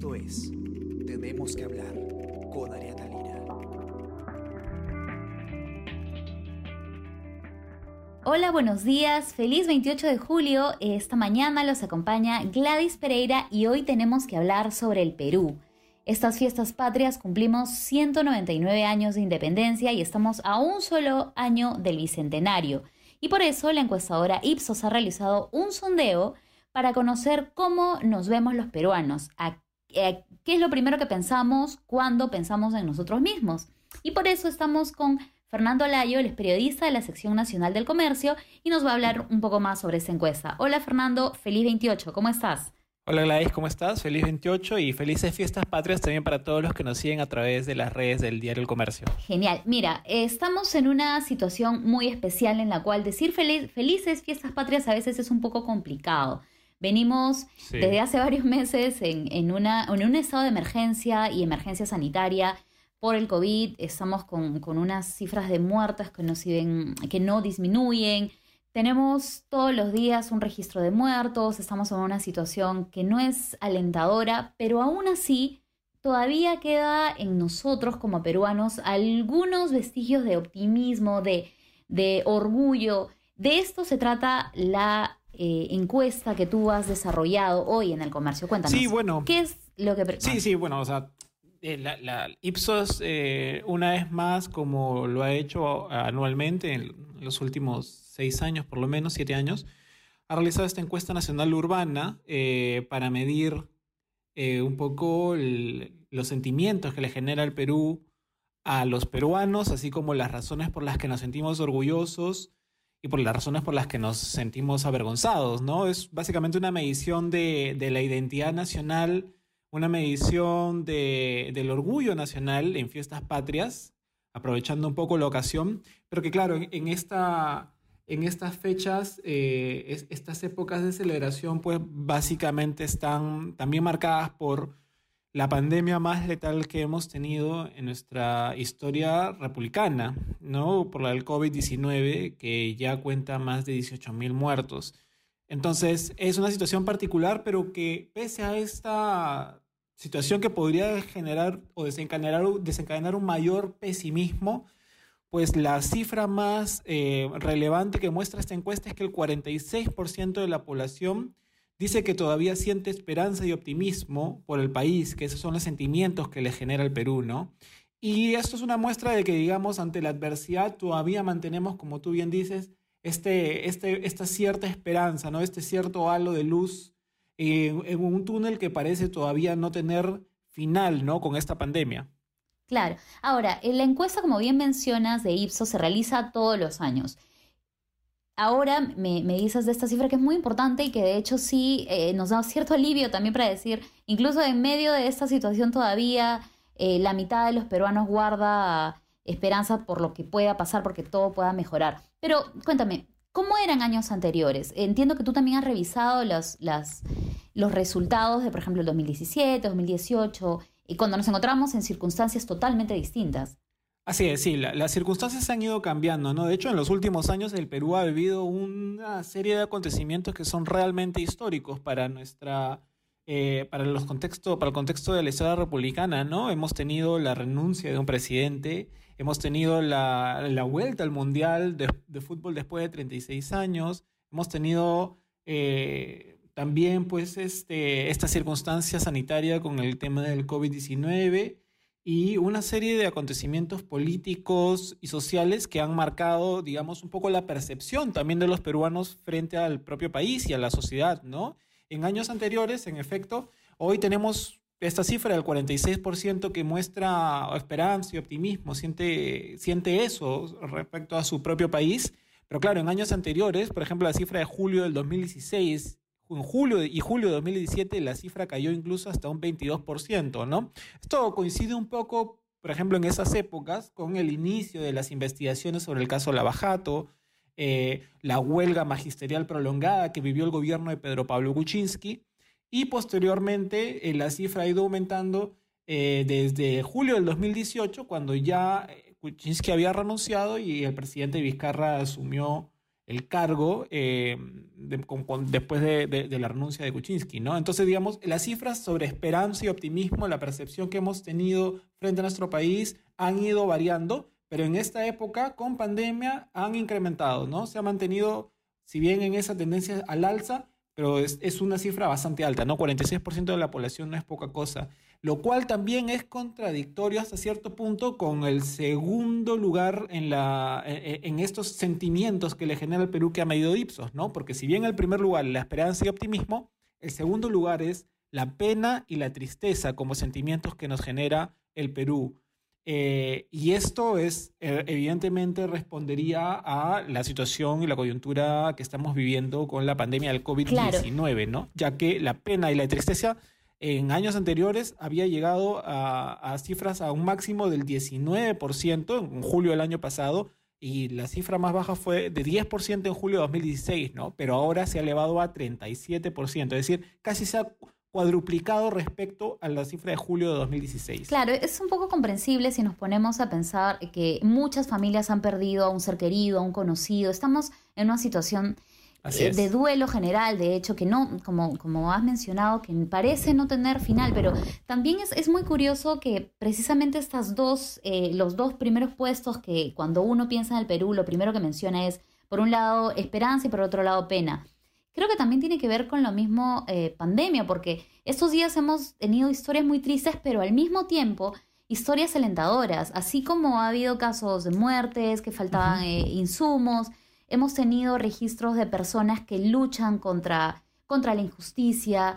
Esto es Tenemos que hablar con Ariana Lira. Hola, buenos días. Feliz 28 de julio. Esta mañana los acompaña Gladys Pereira y hoy tenemos que hablar sobre el Perú. Estas fiestas patrias cumplimos 199 años de independencia y estamos a un solo año del bicentenario. Y por eso la encuestadora Ipsos ha realizado un sondeo para conocer cómo nos vemos los peruanos, qué es lo primero que pensamos cuando pensamos en nosotros mismos. Y por eso estamos con Fernando Alayo, él es periodista de la Sección Nacional del Comercio y nos va a hablar un poco más sobre esta encuesta. Hola Fernando, feliz 28, ¿cómo estás? Hola Gladys, ¿cómo estás? Feliz 28 y felices fiestas patrias también para todos los que nos siguen a través de las redes del Diario El Comercio. Genial. Mira, estamos en una situación muy especial en la cual decir felices fiestas patrias a veces es un poco complicado. Venimos desde hace varios meses en un estado de emergencia y emergencia sanitaria por el COVID. Estamos con unas cifras de muertes que no disminuyen. Tenemos todos los días un registro de muertos. Estamos en una situación que no es alentadora, pero aún así todavía queda en nosotros como peruanos algunos vestigios de optimismo, de orgullo. De esto se trata la encuesta que tú has desarrollado hoy en El Comercio. Cuéntanos, sí, bueno, ¿qué es lo que... Sí, bueno, o sea, la Ipsos una vez más, como lo ha hecho anualmente en los últimos 6 años, por lo menos 7 años, ha realizado esta encuesta nacional urbana para medir un poco los sentimientos que le genera el Perú a los peruanos, así como las razones por las que nos sentimos orgullosos y por las razones por las que nos sentimos avergonzados, ¿no? Es básicamente una medición de la identidad nacional, una medición del orgullo nacional en fiestas patrias, aprovechando un poco la ocasión, pero que claro, en estas fechas, estas épocas de celebración, pues básicamente están también marcadas por la pandemia más letal que hemos tenido en nuestra historia republicana, ¿no? Por la del COVID-19, que ya cuenta más de 18,000 muertos. Entonces, es una situación particular, pero que pese a esta situación que podría generar o desencadenar un mayor pesimismo, pues la cifra más relevante que muestra esta encuesta es que el 46% de la población dice que todavía siente esperanza y optimismo por el país, que esos son los sentimientos que le genera el Perú, ¿no? Y esto es una muestra de que, digamos, ante la adversidad todavía mantenemos, como tú bien dices, esta cierta esperanza, ¿no? Este cierto halo de luz en un túnel que parece todavía no tener final, ¿no? Con esta pandemia. Claro. Ahora, la encuesta, como bien mencionas, de Ipsos se realiza todos los años. Ahora me dices de esta cifra que es muy importante y que de hecho sí nos da cierto alivio también para decir, incluso en medio de esta situación todavía la mitad de los peruanos guarda esperanza por lo que pueda pasar, porque todo pueda mejorar. Pero cuéntame, ¿cómo eran años anteriores? Entiendo que tú también has revisado los resultados de, por ejemplo, el 2017, 2018, y cuando nos encontramos en circunstancias totalmente distintas. Así es, sí, las circunstancias han ido cambiando, ¿no? De hecho, en los últimos años el Perú ha vivido una serie de acontecimientos que son realmente históricos para para el contexto de la historia republicana, ¿no? Hemos tenido la renuncia de un presidente, hemos tenido la vuelta al Mundial de Fútbol después de 36 años, hemos tenido también, pues, esta circunstancia sanitaria con el tema del COVID-19, y una serie de acontecimientos políticos y sociales que han marcado, digamos, un poco la percepción también de los peruanos frente al propio país y a la sociedad, ¿no? En años anteriores, en efecto, hoy tenemos esta cifra del 46% que muestra esperanza y optimismo, siente eso respecto a su propio país, pero claro, en años anteriores, por ejemplo, la cifra de julio del 2016, en julio y julio de 2017 la cifra cayó incluso hasta un 22%, ¿no? Esto coincide un poco, por ejemplo, en esas épocas con el inicio de las investigaciones sobre el caso Lava Jato, la huelga magisterial prolongada que vivió el gobierno de Pedro Pablo Kuczynski, y posteriormente la cifra ha ido aumentando desde julio del 2018, cuando ya Kuczynski había renunciado y el presidente Vizcarra asumió el cargo después de la renuncia de Kuczynski, ¿no? Entonces, digamos, las cifras sobre esperanza y optimismo, la percepción que hemos tenido frente a nuestro país han ido variando, pero en esta época, con pandemia, han incrementado, ¿no? Se ha mantenido, si bien en esa tendencia al alza, pero es una cifra bastante alta, ¿no? 46% de la población no es poca cosa, lo cual también es contradictorio hasta cierto punto con el segundo lugar en estos sentimientos que le genera el Perú que ha medido Ipsos, ¿no? Porque si bien el primer lugar es la esperanza y optimismo, el segundo lugar es la pena y la tristeza como sentimientos que nos genera el Perú. Y esto evidentemente respondería a la situación y la coyuntura que estamos viviendo con la pandemia del COVID-19, ¿no? Ya que la pena y la tristeza en años anteriores había llegado a cifras a un máximo del 19% en julio del año pasado, y la cifra más baja fue de 10% en julio de 2016, ¿no? Pero ahora se ha elevado a 37%, es decir, casi se ha cuadruplicado respecto a la cifra de julio de 2016. Claro, es un poco comprensible si nos ponemos a pensar que muchas familias han perdido a un ser querido, a un conocido. Estamos en una situación de duelo general, de hecho, que no, como has mencionado, que parece no tener final, pero también es muy curioso que precisamente los dos primeros puestos, que cuando uno piensa en el Perú, lo primero que menciona es, por un lado, esperanza y por otro lado, pena. Creo que también tiene que ver con lo mismo pandemia, porque estos días hemos tenido historias muy tristes, pero al mismo tiempo historias alentadoras. Así como ha habido casos de muertes, que faltaban insumos, hemos tenido registros de personas que luchan contra la injusticia,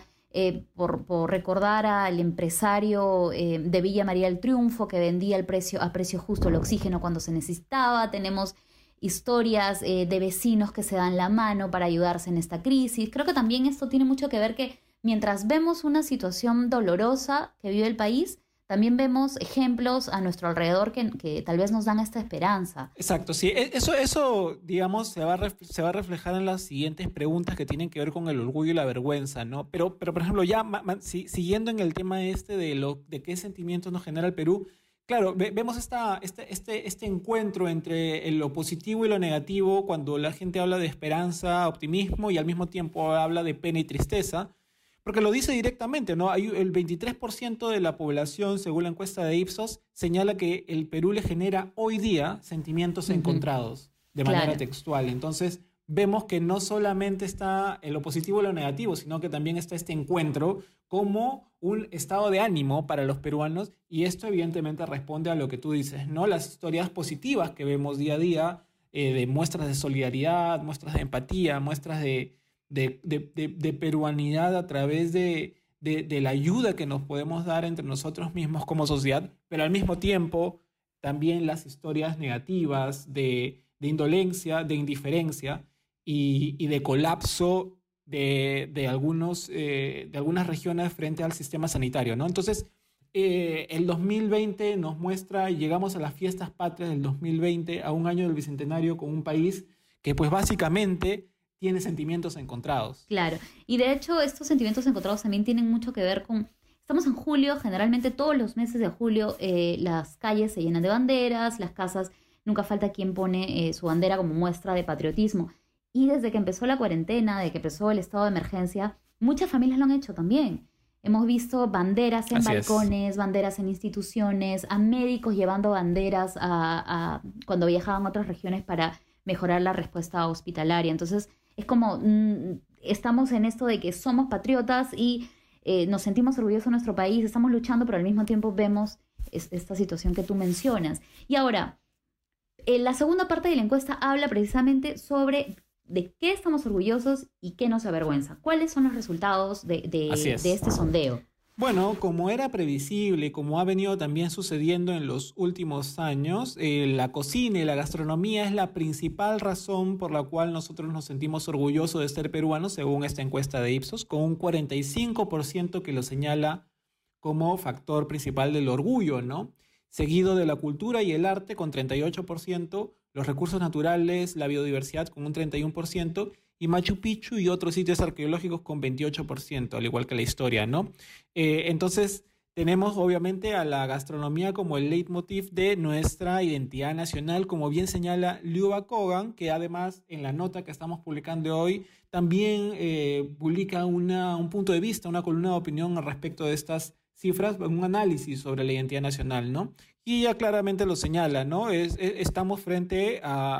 por recordar al empresario de Villa María del Triunfo que vendía a precio justo el oxígeno cuando se necesitaba. Tenemos historias de vecinos que se dan la mano para ayudarse en esta crisis. Creo que también esto tiene mucho que ver que mientras vemos una situación dolorosa que vive el país, también vemos ejemplos a nuestro alrededor que tal vez nos dan esta esperanza. Exacto, sí. Eso digamos, se va a reflejar en las siguientes preguntas que tienen que ver con el orgullo y la vergüenza, ¿no? Pero por ejemplo, ya siguiendo en el tema de qué sentimientos nos genera el Perú, claro, vemos este encuentro entre lo positivo y lo negativo cuando la gente habla de esperanza, optimismo y al mismo tiempo habla de pena y tristeza, porque lo dice directamente, ¿no? El 23% de la población, según la encuesta de Ipsos, señala que el Perú le genera hoy día sentimientos encontrados de manera textual. Entonces, vemos que no solamente está en lo positivo y lo negativo, sino que también está este encuentro como un estado de ánimo para los peruanos, y esto evidentemente responde a lo que tú dices, ¿no? Las historias positivas que vemos día a día, de muestras de solidaridad, muestras de empatía, muestras de peruanidad a través de la ayuda que nos podemos dar entre nosotros mismos como sociedad, pero al mismo tiempo también las historias negativas de indolencia, de indiferencia y de colapso de algunas regiones frente al sistema sanitario, ¿no? Entonces, el 2020 nos muestra, llegamos a las fiestas patrias del 2020, a un año del Bicentenario, con un país que pues básicamente tiene sentimientos encontrados. Claro, y de hecho estos sentimientos encontrados también tienen mucho que ver con... Estamos en julio, generalmente todos los meses de julio las calles se llenan de banderas, las casas, nunca falta quien pone su bandera como muestra de patriotismo. Y desde que empezó la cuarentena, desde que empezó el estado de emergencia, muchas familias lo han hecho también. Hemos visto banderas en balcones, banderas en instituciones, a médicos llevando banderas cuando viajaban a otras regiones para mejorar la respuesta hospitalaria. Entonces, es como estamos en esto de que somos patriotas y nos sentimos orgullosos de nuestro país, estamos luchando, pero al mismo tiempo vemos esta situación que tú mencionas. Y ahora, la segunda parte de la encuesta habla precisamente sobre de qué estamos orgullosos y qué nos avergüenza. ¿Cuáles son los resultados de este sondeo? Bueno, como era previsible, como ha venido también sucediendo en los últimos años, la cocina y la gastronomía es la principal razón por la cual nosotros nos sentimos orgullosos de ser peruanos, según esta encuesta de Ipsos, con un 45% que lo señala como factor principal del orgullo, ¿no? Seguido de la cultura y el arte con 38%, los recursos naturales, la biodiversidad con un 31%, y Machu Picchu y otros sitios arqueológicos con 28%, al igual que la historia, ¿no? Entonces, tenemos obviamente a la gastronomía como el leitmotiv de nuestra identidad nacional, como bien señala Liuba Kogan, que además en la nota que estamos publicando hoy también publica un punto de vista, una columna de opinión al respecto de estas cifras, un análisis sobre la identidad nacional, ¿no? Y ella claramente lo señala, ¿no? Estamos frente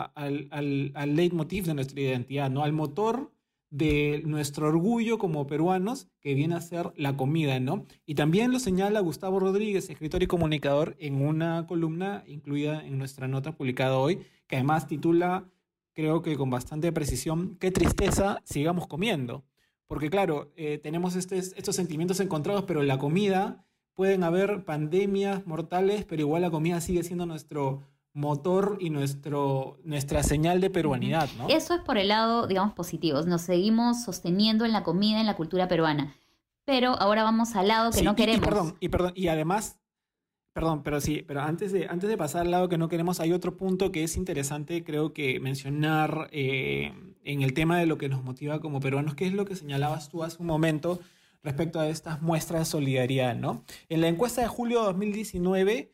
al leitmotiv de nuestra identidad, ¿no? Al motor de nuestro orgullo como peruanos, que viene a ser la comida, ¿no? Y también lo señala Gustavo Rodríguez, escritor y comunicador, en una columna incluida en nuestra nota publicada hoy, que además titula, creo que con bastante precisión, qué tristeza, sigamos comiendo. Porque claro, tenemos estos sentimientos encontrados, pero en la comida pueden haber pandemias mortales, pero igual la comida sigue siendo nuestro motor y nuestra señal de peruanidad, ¿no? Eso es por el lado, digamos, positivo. Nos seguimos sosteniendo en la comida, en la cultura peruana. Pero ahora vamos al lado que no queremos. Y además, pero antes de pasar al lado que no queremos, hay otro punto que es interesante, creo que mencionar en el tema de lo que nos motiva como peruanos, que es lo que señalabas tú hace un momento respecto a estas muestras de solidaridad, ¿no? En la encuesta de julio de 2019,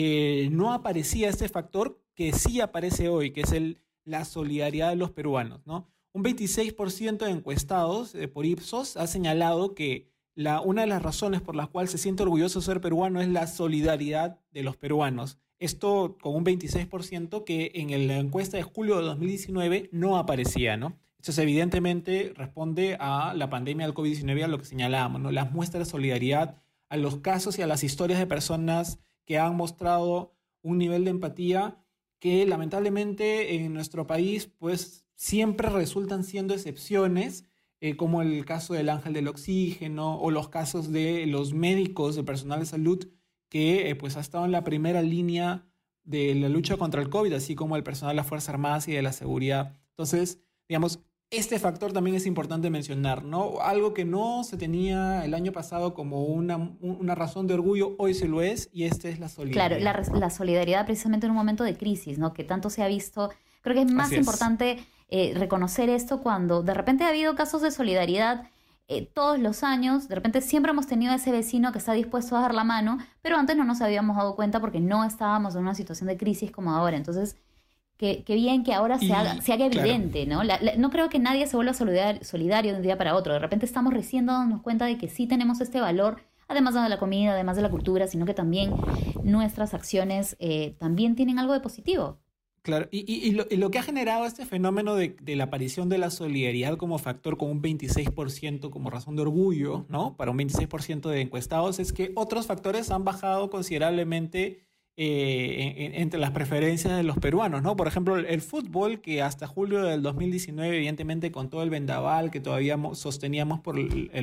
no aparecía este factor que sí aparece hoy, que es la solidaridad de los peruanos, ¿no? Un 26% de encuestados por Ipsos ha señalado que una de las razones por las cuales se siente orgulloso de ser peruano es la solidaridad de los peruanos. Esto con un 26% que en la encuesta de julio de 2019 no aparecía, ¿no? Entonces, evidentemente, responde a la pandemia del COVID-19, a lo que señalábamos, ¿no? Las muestras de solidaridad, a los casos y a las historias de personas que han mostrado un nivel de empatía que lamentablemente en nuestro país pues siempre resultan siendo excepciones, como el caso del ángel del oxígeno o los casos de los médicos, de personal de salud que pues ha estado en la primera línea de la lucha contra el COVID, así como el personal de las Fuerzas Armadas y de la seguridad. Entonces, digamos, este factor también es importante mencionar, ¿no? Algo que no se tenía el año pasado como una razón de orgullo, hoy se lo es, y esta es la solidaridad. Claro, la solidaridad precisamente en un momento de crisis, ¿no? Que tanto se ha visto. Creo que es más importante reconocer esto cuando de repente ha habido casos de solidaridad todos los años. De repente siempre hemos tenido ese vecino que está dispuesto a dar la mano, pero antes no nos habíamos dado cuenta porque no estábamos en una situación de crisis como ahora. Entonces, qué bien que ahora se haga evidente, claro, ¿no? No creo que nadie se vuelva solidario de un día para otro. De repente estamos recién dándonos cuenta de que sí tenemos este valor, además de la comida, además de la cultura, sino que también nuestras acciones también tienen algo de positivo. Claro, y lo que ha generado este fenómeno de la aparición de la solidaridad como factor con un 26% como razón de orgullo, ¿no? Para un 26% de encuestados, es que otros factores han bajado considerablemente entre las preferencias de los peruanos, ¿no? Por ejemplo, el fútbol, que hasta julio del 2019, evidentemente con todo el vendaval que todavía sosteníamos por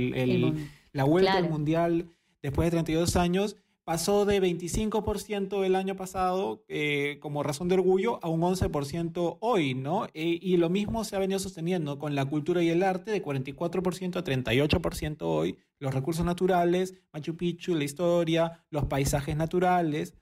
la vuelta al Mundial después de 32 años, pasó de 25% el año pasado como razón de orgullo a un 11% hoy, ¿no? Y lo mismo se ha venido sosteniendo con la cultura y el arte, de 44% a 38% hoy, los recursos naturales, Machu Picchu, la historia, los paisajes naturales,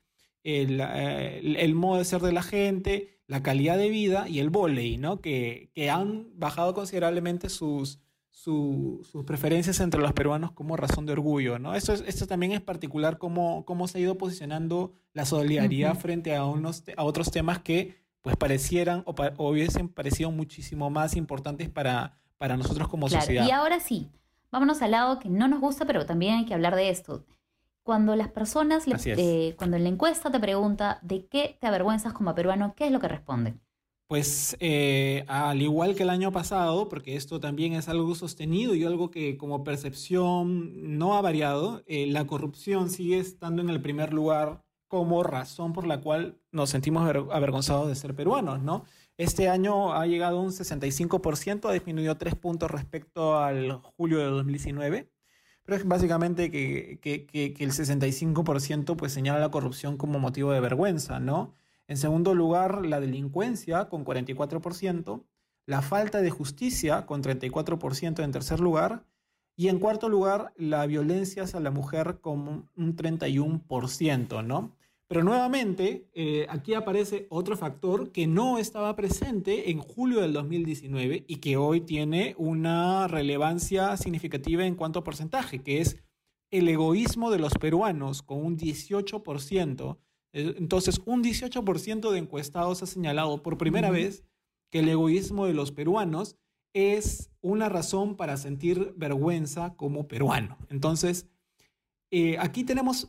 el modo de ser de la gente, la calidad de vida y el vóley, ¿no? Que han bajado considerablemente sus preferencias entre los peruanos como razón de orgullo, ¿no? Esto también es particular cómo se ha ido posicionando la solidaridad frente a otros temas que pues parecieran o hubiesen parecido muchísimo más importantes para nosotros como sociedad. Y ahora sí, vámonos al lado que no nos gusta, pero también hay que hablar de esto. Cuando las personas, cuando en la encuesta te pregunta de qué te avergüenzas como peruano, ¿qué es lo que responden? Pues al igual que el año pasado, porque esto también es algo sostenido y algo que como percepción no ha variado, la corrupción sigue estando en el primer lugar como razón por la cual nos sentimos avergonzados de ser peruanos, ¿no? Este año ha llegado a un 65%, ha disminuido 3 puntos respecto al julio de 2019, pero es básicamente que el 65% pues señala la corrupción como motivo de vergüenza, ¿no? En segundo lugar, la delincuencia con 44%, la falta de justicia con 34% en tercer lugar, y en cuarto lugar, la violencia hacia la mujer con un 31%, ¿no? Pero nuevamente, aquí aparece otro factor que no estaba presente en julio del 2019 y que hoy tiene una relevancia significativa en cuanto a porcentaje, que es el egoísmo de los peruanos con un 18%. Entonces, un 18% de encuestados ha señalado por primera vez que el egoísmo de los peruanos es una razón para sentir vergüenza como peruano. Entonces, aquí tenemos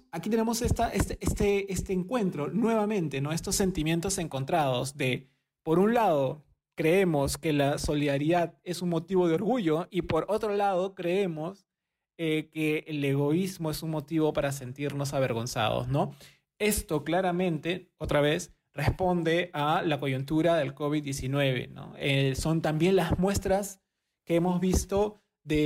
este encuentro nuevamente, ¿no? Estos sentimientos encontrados de, por un lado, creemos que la solidaridad es un motivo de orgullo y por otro lado creemos que el egoísmo es un motivo para sentirnos avergonzados, ¿no? Esto claramente, otra vez, responde a la coyuntura del COVID-19, ¿no? Son también las muestras que hemos visto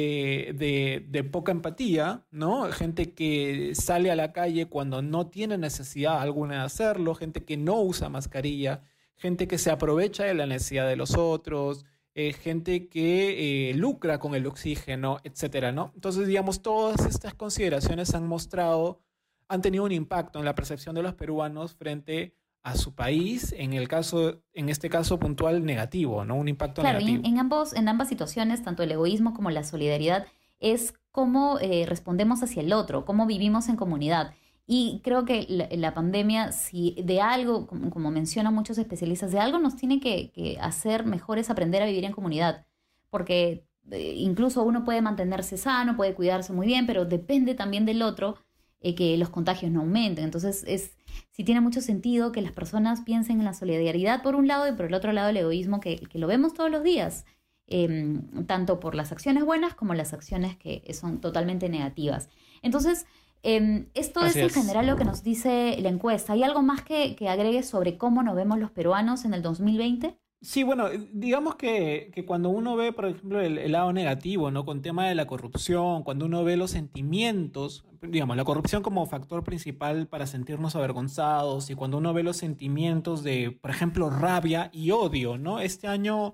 de poca empatía, ¿no? Gente que sale a la calle cuando no tiene necesidad alguna de hacerlo, gente que no usa mascarilla, gente que se aprovecha de la necesidad de los otros, gente que lucra con el oxígeno, etcétera, ¿no? Entonces, digamos, todas estas consideraciones han tenido un impacto en la percepción de los peruanos frente a su país, en este caso puntual negativo, ¿no? Un impacto negativo. Claro, en ambas situaciones, tanto el egoísmo como la solidaridad, es cómo respondemos hacia el otro, cómo vivimos en comunidad. Y creo que la pandemia, si de algo, como mencionan muchos especialistas, de algo nos tiene que hacer mejor es aprender a vivir en comunidad. Porque incluso uno puede mantenerse sano, puede cuidarse muy bien, pero depende también del otro que los contagios no aumenten. Entonces, sí tiene mucho sentido que las personas piensen en la solidaridad por un lado y por el otro lado el egoísmo que lo vemos todos los días, tanto por las acciones buenas como las acciones que son totalmente negativas. Entonces, esto es en general lo que nos dice la encuesta. ¿Hay algo más que agregues sobre cómo nos vemos los peruanos en el 2020? Sí, bueno, digamos que cuando uno ve, por ejemplo, el lado negativo, ¿no? Con tema de la corrupción, cuando uno ve los sentimientos, digamos, la corrupción como factor principal para sentirnos avergonzados y cuando uno ve los sentimientos de, por ejemplo, rabia y odio, ¿no? Este año,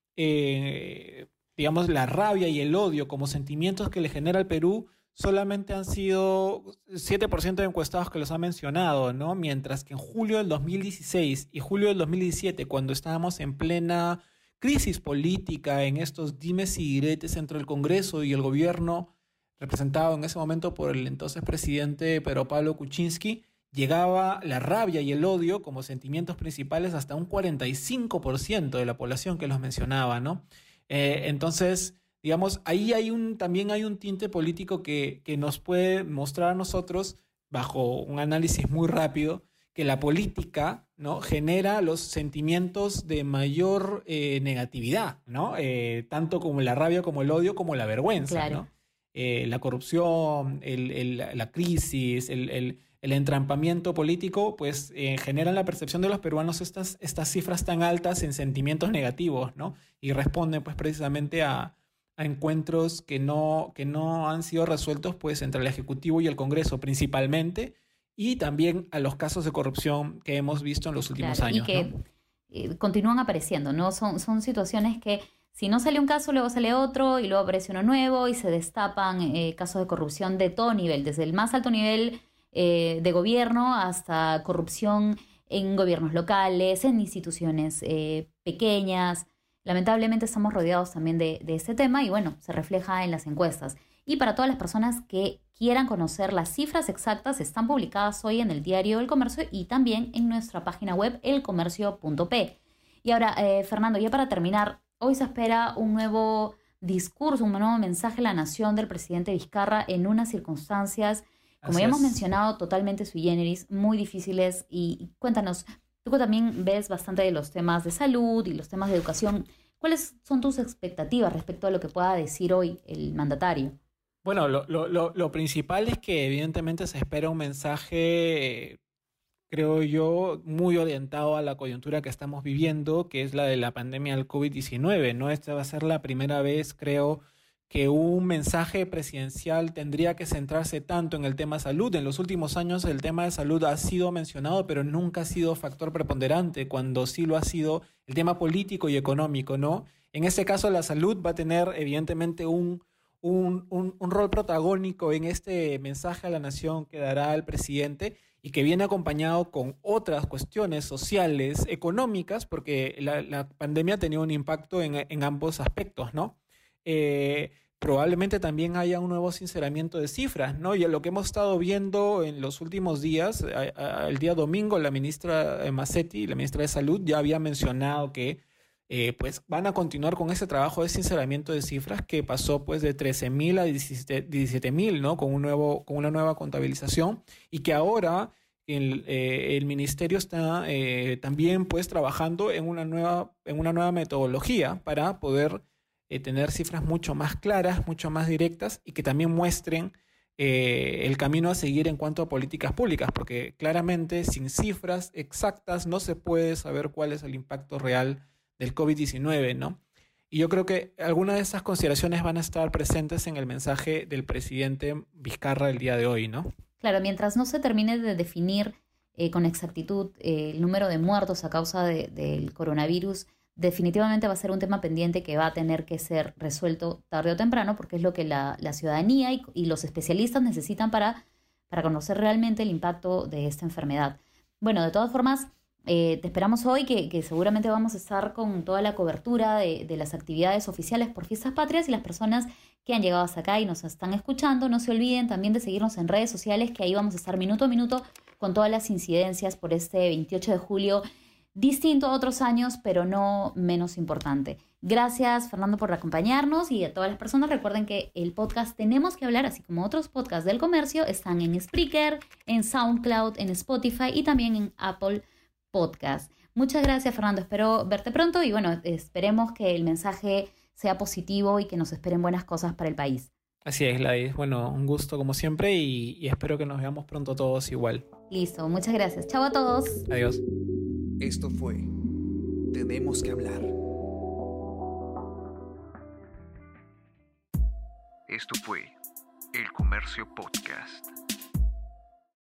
digamos, la rabia y el odio como sentimientos que le genera al Perú solamente han sido 7% de encuestados que los han mencionado, ¿no? Mientras que en julio del 2016 y julio del 2017, cuando estábamos en plena crisis política, en estos dimes y diretes entre el Congreso y el gobierno, representado en ese momento por el entonces presidente Pedro Pablo Kuczynski, llegaba la rabia y el odio como sentimientos principales hasta un 45% de la población que los mencionaba, ¿no? Entonces, digamos, ahí también hay un tinte político que nos puede mostrar a nosotros, bajo un análisis muy rápido, que la política, ¿no? Genera los sentimientos de mayor negatividad, ¿no? Tanto como la rabia, como el odio, como la vergüenza, claro, ¿no? La corrupción, la crisis, el entrampamiento político, pues generan la percepción de los peruanos estas cifras tan altas en sentimientos negativos, ¿no? Y responden pues precisamente a encuentros que no han sido resueltos pues entre el Ejecutivo y el Congreso principalmente, y también a los casos de corrupción que hemos visto en los últimos años. Y que continúan apareciendo, ¿no? Son situaciones que si no sale un caso, luego sale otro y luego aparece uno nuevo y se destapan casos de corrupción de todo nivel, desde el más alto nivel de gobierno hasta corrupción en gobiernos locales, en instituciones pequeñas. Lamentablemente estamos rodeados también de este tema y bueno, se refleja en las encuestas. Y para todas las personas que quieran conocer las cifras exactas, están publicadas hoy en el Diario El Comercio y también en nuestra página web elcomercio.p. Y ahora, Fernando, ya para terminar, hoy se espera un nuevo discurso, un nuevo mensaje a la nación del presidente Vizcarra en unas circunstancias, como ya hemos mencionado, totalmente sui generis, muy difíciles. Y cuéntanos, tú también ves bastante de los temas de salud y los temas de educación. ¿Cuáles son tus expectativas respecto a lo que pueda decir hoy el mandatario? Bueno, lo principal es que evidentemente se espera un mensaje, creo yo, muy orientado a la coyuntura que estamos viviendo, que es la de la pandemia del COVID-19, ¿no? Esta va a ser la primera vez, creo, que un mensaje presidencial tendría que centrarse tanto en el tema salud. En los últimos años el tema de salud ha sido mencionado, pero nunca ha sido factor preponderante, cuando sí lo ha sido el tema político y económico, ¿no? En este caso la salud va a tener evidentemente un rol protagónico en este mensaje a la nación que dará el presidente y que viene acompañado con otras cuestiones sociales, económicas, porque la pandemia ha tenido un impacto en ambos aspectos, ¿no? probablemente también haya un nuevo sinceramiento de cifras, ¿no? Y lo que hemos estado viendo en los últimos días, el día domingo, la ministra Massetti, la ministra de Salud, ya había mencionado que pues van a continuar con ese trabajo de sinceramiento de cifras que pasó pues de 13.000 a 17.000, ¿no? Con una nueva contabilización, y que ahora el ministerio está también pues trabajando en una nueva metodología para poder tener cifras mucho más claras, mucho más directas, y que también muestren el camino a seguir en cuanto a políticas públicas, porque claramente sin cifras exactas no se puede saber cuál es el impacto real del COVID-19, ¿no? Y yo creo que algunas de esas consideraciones van a estar presentes en el mensaje del presidente Vizcarra el día de hoy, ¿no? Claro, mientras no se termine de definir con exactitud el número de muertos a causa del coronavirus, definitivamente va a ser un tema pendiente que va a tener que ser resuelto tarde o temprano, porque es lo que la ciudadanía y los especialistas necesitan para conocer realmente el impacto de esta enfermedad. Bueno, de todas formas, te esperamos hoy, que seguramente vamos a estar con toda la cobertura de las actividades oficiales por Fiestas Patrias, y las personas que han llegado hasta acá y nos están escuchando, no se olviden también de seguirnos en redes sociales, que ahí vamos a estar minuto a minuto con todas las incidencias por este 28 de julio, distinto a otros años, pero no menos importante. Gracias, Fernando, por acompañarnos, y a todas las personas recuerden que el podcast Tenemos que Hablar, así como otros podcasts del comercio, están en Spreaker, en SoundCloud, en Spotify y también en Apple Podcast. Muchas gracias, Fernando. Espero verte pronto y bueno, esperemos que el mensaje sea positivo y que nos esperen buenas cosas para el país. Así es, Gladys. Bueno, un gusto como siempre y espero que nos veamos pronto todos igual. Listo, muchas gracias. Chao a todos. Adiós. Esto fue Tenemos que Hablar. Esto fue El Comercio Podcast.